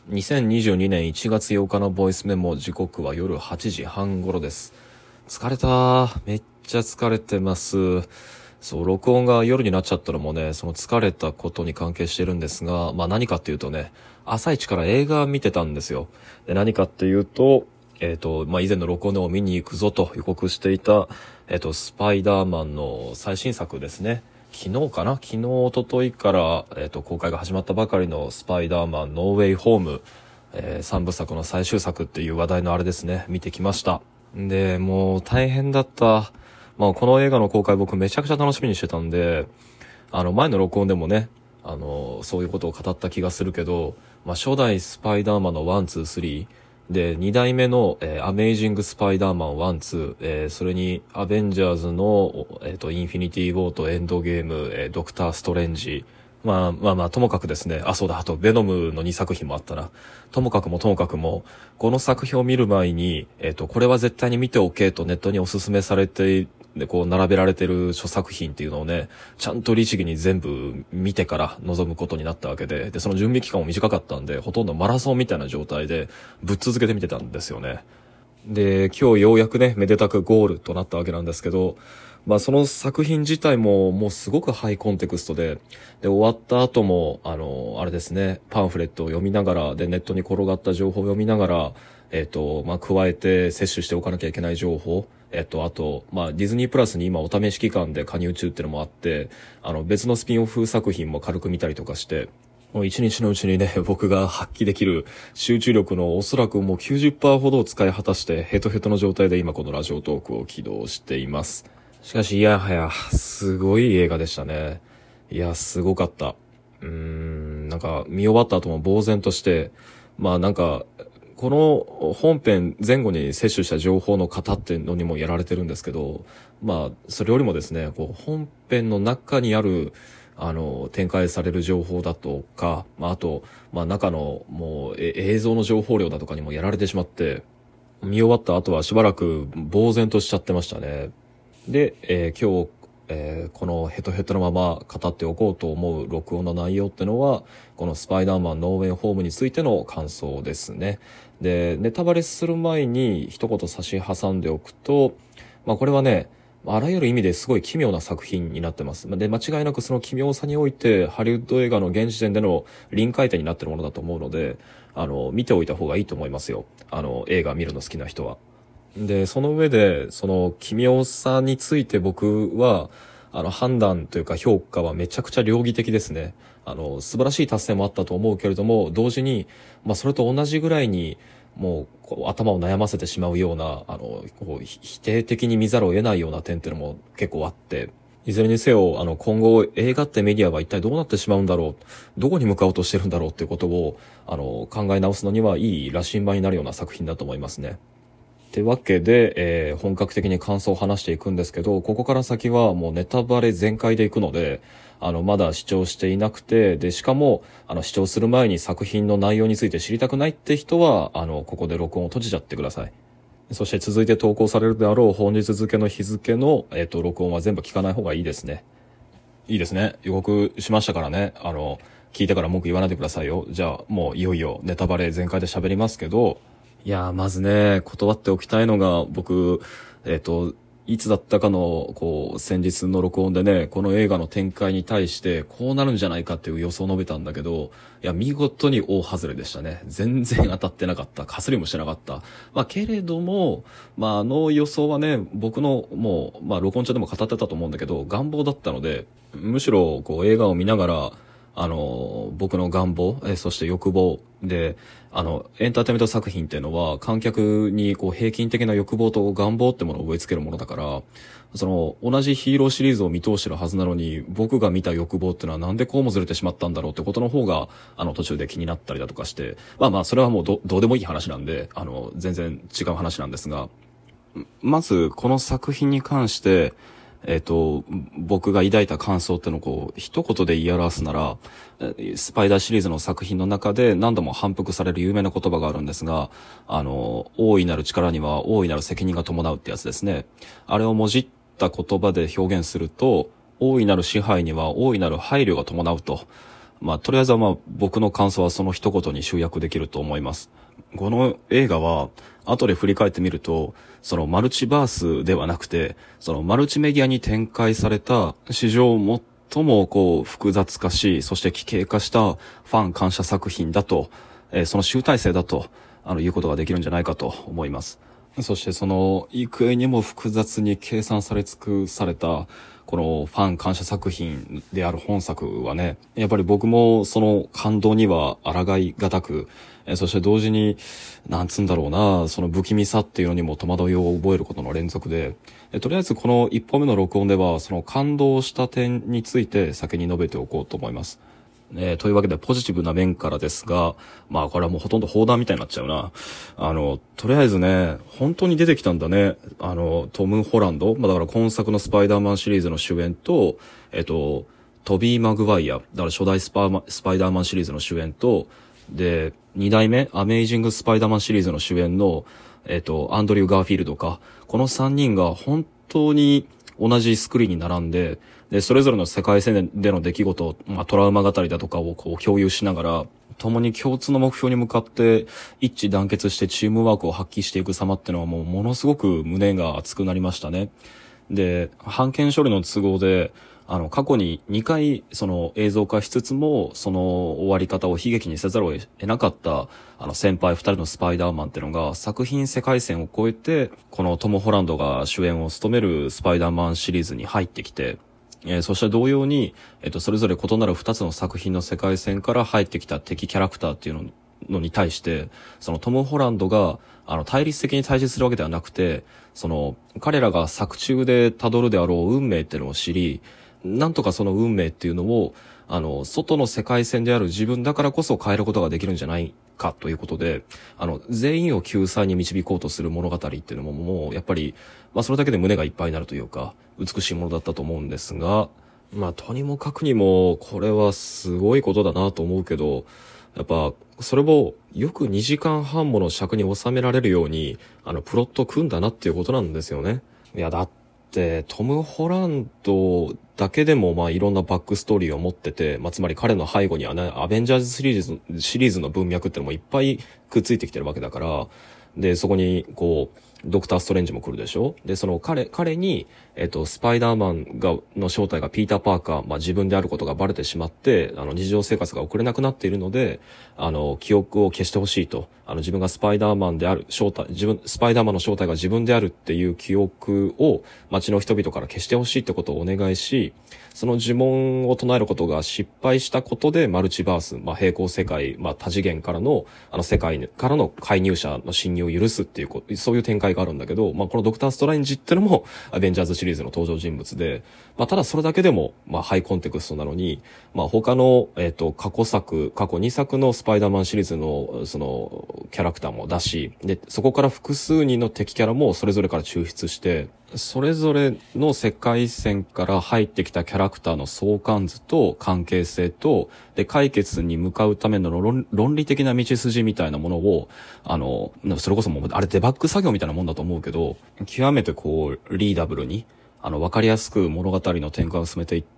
2022年1月8日のボイスメモ、時刻は夜8時半頃です。疲れた。めっちゃ疲れてます。そう、録音が夜になっちゃったのもね、その疲れたことに関係してるんですが、何かっていうとね、朝一から映画見てたんですよ。で、何かっていうと、以前の録音でも見に行くぞと予告していた、スパイダーマンの最新作ですね。昨日、一昨日から、公開が始まったばかりのスパイダーマンノーウェイホーム、3部作の最終作っていう話題のあれですね、見てきました。で、もう大変だった。この映画の公開僕めちゃくちゃ楽しみにしてたんで、前の録音でもね、そういうことを語った気がするけど、初代スパイダーマンの1、2、3、で、2代目の、アメイジングスパイダーマン1、2、それにアベンジャーズの、インフィニティ・ウォーとエンドゲーム、ドクター・ストレンジ、ともかくですね、そうだ、あと、ベノムの2作品もあったな。ともかくも、この作品を見る前に、これは絶対に見ておけとネットにおすすめされて、で、こう、並べられてる諸作品っていうのをね、ちゃんと律儀に全部見てから臨むことになったわけで、その準備期間も短かったんで、ほとんどマラソンみたいな状態で、ぶっ続けて見てたんですよね。で、今日ようやくね、めでたくゴールとなったわけなんですけど、その作品自体ももうすごくハイコンテクストで、終わった後も、あれですね、パンフレットを読みながら、で、ネットに転がった情報を読みながら、加えて摂取しておかなきゃいけない情報、あと、ディズニープラスに今お試し期間で加入中っていうのもあって、別のスピンオフ作品も軽く見たりとかして、もう一日のうちにね、僕が発揮できる集中力のおそらくもう 90% ほどを使い果たしてヘトヘトの状態で今このラジオトークを起動しています。しかしいやはや、すごい映画でしたね。いや、すごかった。見終わった後も呆然として、この本編前後に摂取した情報の型っていうのにもやられてるんですけど、それよりもですね、本編の中にある、展開される情報だとか、あと、中のもう映像の情報量だとかにもやられてしまって、見終わった後はしばらく呆然としちゃってましたね。で、今日、このヘトヘトのまま語っておこうと思う録音の内容ってのは、このスパイダーマンノーウェイホームについての感想ですね。で、ネタバレする前に一言差し挟んでおくと、これはね、あらゆる意味ですごい奇妙な作品になってます。で、間違いなくその奇妙さにおいて、ハリウッド映画の現時点での臨界点になってるものだと思うので、見ておいた方がいいと思いますよ。映画見るの好きな人は。で、その上で、その奇妙さについて僕は、判断というか評価はめちゃくちゃ両義的ですね。素晴らしい達成もあったと思うけれども、同時に、それと同じぐらいに、もう、頭を悩ませてしまうような、否定的に見ざるを得ないような点っていうのも結構あって、いずれにせよ、今後、映画ってメディアは一体どうなってしまうんだろう、どこに向かおうとしてるんだろうっていうことを、考え直すのにはいい羅針盤になるような作品だと思いますね。ってわけで、本格的に感想を話していくんですけど、ここから先はもうネタバレ全開でいくので、まだ視聴していなくて、で、しかも、視聴する前に作品の内容について知りたくないって人は、ここで録音を閉じちゃってください。そして続いて投稿されるであろう本日付の日付の、録音は全部聞かない方がいいですね。いいですね。予告しましたからね。聞いてから文句言わないでくださいよ。じゃあ、もういよいよネタバレ全開で喋りますけど、いやー、まずね、断っておきたいのが、僕、いつだったかの、先日の録音でね、この映画の展開に対して、こうなるんじゃないかっていう予想を述べたんだけど、いや、見事に大外れでしたね。全然当たってなかった。かすりもしてなかった。けれども、予想はね、僕の、もう、録音中でも語ってたと思うんだけど、願望だったので、むしろ、映画を見ながら、僕の願望、そして欲望で、エンターテイメント作品っていうのは観客に平均的な欲望と願望ってものを植え付けるものだから、同じヒーローシリーズを見通してるはずなのに、僕が見た欲望っていうのはなんでこうもずれてしまったんだろうってことの方が、途中で気になったりだとかして、それはもうどうでもいい話なんで、全然違う話なんですが、まず、この作品に関して、僕が抱いた感想ってのを一言で言い表すなら、スパイダーシリーズの作品の中で何度も反復される有名な言葉があるんですが、大いなる力には大いなる責任が伴うってやつですね。あれをもじった言葉で表現すると、大いなる支配には大いなる配慮が伴うと。 とりあえずは僕の感想はその一言に集約できると思います。この映画は、後で振り返ってみると、そのマルチバースではなくて、そのマルチメディアに展開された史上最も複雑化し、そして奇形化したファン感謝作品だと、その集大成だと、いうことができるんじゃないかと思います。そしてその幾重にも複雑に計算され尽くされたこのファン感謝作品である本作はね、やっぱり僕もその感動には抗いがたく、そして同時に、なんつうんだろうな、その不気味さっていうのにも戸惑いを覚えることの連続で、とりあえずこの一本目の録音ではその感動した点について先に述べておこうと思います。というわけでポジティブな面からですが、これはもうほとんど放談みたいになっちゃうな。とりあえずね、本当に出てきたんだね。トム・ホランド、だから今作のスパイダーマンシリーズの主演と、トビー・マグワイア、だから初代スパイダーマンシリーズの主演と、で、二代目、アメイジング・スパイダーマンシリーズの主演の、アンドリュー・ガーフィールドか、この三人が本当に同じスクリーンに並んで、それぞれの世界線での出来事、トラウマ語りだとかを共有しながら、共に共通の目標に向かって一致団結してチームワークを発揮していく様っていうのはものすごく胸が熱くなりましたね。で、版権処理の都合で、過去に2回その映像化しつつも、その終わり方を悲劇にせざるを得なかった、先輩2人のスパイダーマンっていうのが作品世界線を超えて、このトム・ホランドが主演を務めるスパイダーマンシリーズに入ってきて、そして同様に、それぞれ異なる2つの作品の世界線から入ってきた敵キャラクターっていうのに対して、そのトム・ホランドが、対立的に対峙するわけではなくて、その、彼らが作中で辿るであろう運命っていうのを知り、なんとかその運命っていうのを、外の世界線である自分だからこそ変えることができるんじゃないかということで、全員を救済に導こうとする物語っていうのももう、やっぱり、それだけで胸がいっぱいになるというか、美しいものだったと思うんですが、とにもかくにも、これはすごいことだなと思うけど、やっぱ、それをよく2時間半もの尺に収められるように、プロット組んだなっていうことなんですよね。いや、だって、トム・ホランドだけでもいろんなバックストーリーを持ってて、つまり彼の背後にはね、アベンジャーズシリーズの文脈ってのもいっぱいくっついてきてるわけだから、で、そこに、ドクター・ストレンジも来るでしょ。で、その彼に、スパイダーマンの正体がピーター・パーカー、自分であることがバレてしまって、日常生活が送れなくなっているので、記憶を消してほしいと。自分がスパイダーマンである、スパイダーマンの正体が自分であるっていう記憶を街の人々から消してほしいってことをお願いし、その呪文を唱えることが失敗したことで、マルチバース、平行世界、多次元からの、世界からの介入者の侵入を許すっていう、そういう展開があるんだけど、このドクター・ストレンジってのも、アベンジャーズシリーズの登場人物で、ただそれだけでも、ハイコンテクストなのに、他の、過去2作のスパイダーマンシリーズの、その、キャラクターもだし、で、そこから複数人の敵キャラもそれぞれから抽出して、それぞれの世界線から入ってきたキャラクターの相関図と関係性と、で、解決に向かうための論理的な道筋みたいなものを、それこそもう、あれデバッグ作業みたいなもんだと思うけど、極めてリーダブルに、わかりやすく物語の展開を進めていった、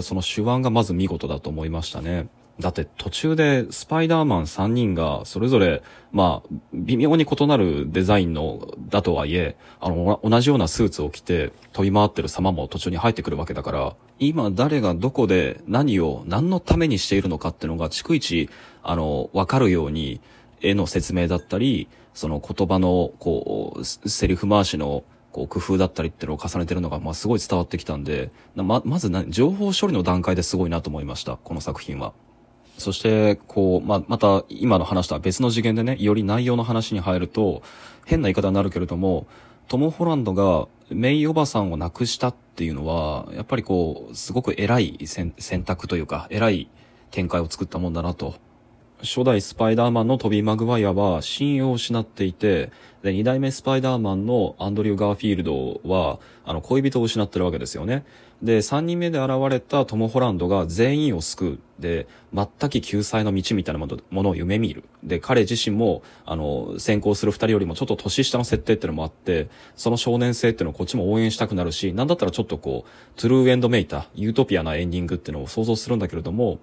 その手腕がまず見事だと思いましたね。だって途中でスパイダーマン3人がそれぞれ、微妙に異なるデザインだとはいえ、同じようなスーツを着て飛び回ってる様も途中に入ってくるわけだから、今誰がどこで何のためにしているのかっていうのが逐一、わかるように絵の説明だったり、その言葉の、セリフ回しの、工夫だったりっていうのを重ねてるのが、すごい伝わってきたんで、まず情報処理の段階ですごいなと思いました、この作品は。そして、また今の話とは別の次元でね、より内容の話に入ると、変な言い方になるけれども、トム・ホランドがメイおばさんを亡くしたっていうのは、やっぱりすごく偉い選択というか、偉い展開を作ったもんだなと。初代スパイダーマンのトビー・マグワイアは信用を失っていて、で、二代目スパイダーマンのアンドリュー・ガーフィールドは、恋人を失ってるわけですよね。で、三人目で現れたトム・ホランドが全員を救う。で、全き救済の道みたいなものを夢見る。で、彼自身も、先行する二人よりもちょっと年下の設定ってのもあって、その少年性ってのをこっちも応援したくなるし、なんだったらちょっとトゥルーエンドメイター、ユートピアなエンディングってのを想像するんだけれども、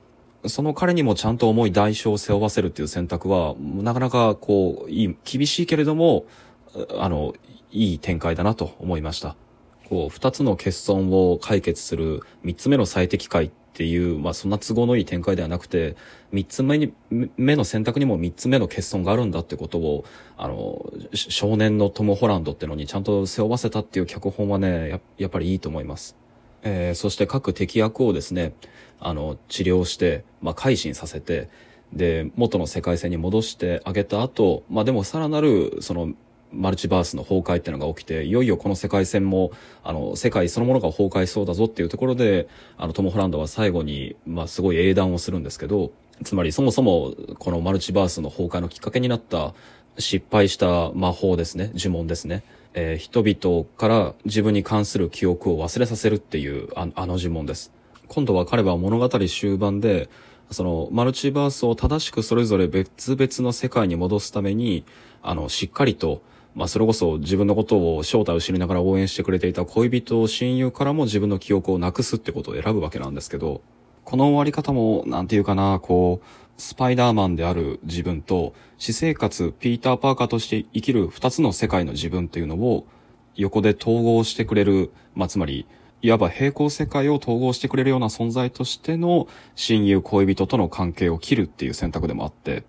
その彼にもちゃんと重い代償を背負わせるっていう選択は、なかなか厳しいけれども、いい展開だなと思いました。二つの欠損を解決する三つ目の最適解っていう、そんな都合のいい展開ではなくて、三つ目の選択にも三つ目の欠損があるんだってことを、少年のトム・ホランドってのにちゃんと背負わせたっていう脚本はね、やっぱりいいと思います。そして各敵役をですね、治療して、改心させて、で、元の世界線に戻してあげた後、でもさらなる、マルチバースの崩壊っていうのが起きて、いよいよこの世界線も、世界そのものが崩壊しそうだぞっていうところで、トム・ホランドは最後に、すごい英断をするんですけど、つまりそもそも、このマルチバースの崩壊のきっかけになった、失敗した魔法ですね、呪文ですね。人々から自分に関する記憶を忘れさせるっていう、あの呪文です。今度は彼は物語終盤で、そのマルチバースを正しくそれぞれ別々の世界に戻すために、しっかりと、それこそ自分のことを正体を知りながら応援してくれていた恋人、親友からも自分の記憶をなくすってことを選ぶわけなんですけど、この終わり方も、なんていうかな、スパイダーマンである自分と、私生活、ピーター・パーカーとして生きる二つの世界の自分っていうのを、横で統合してくれる、つまり、いわば平行世界を統合してくれるような存在としての親友恋人との関係を切るっていう選択でもあって、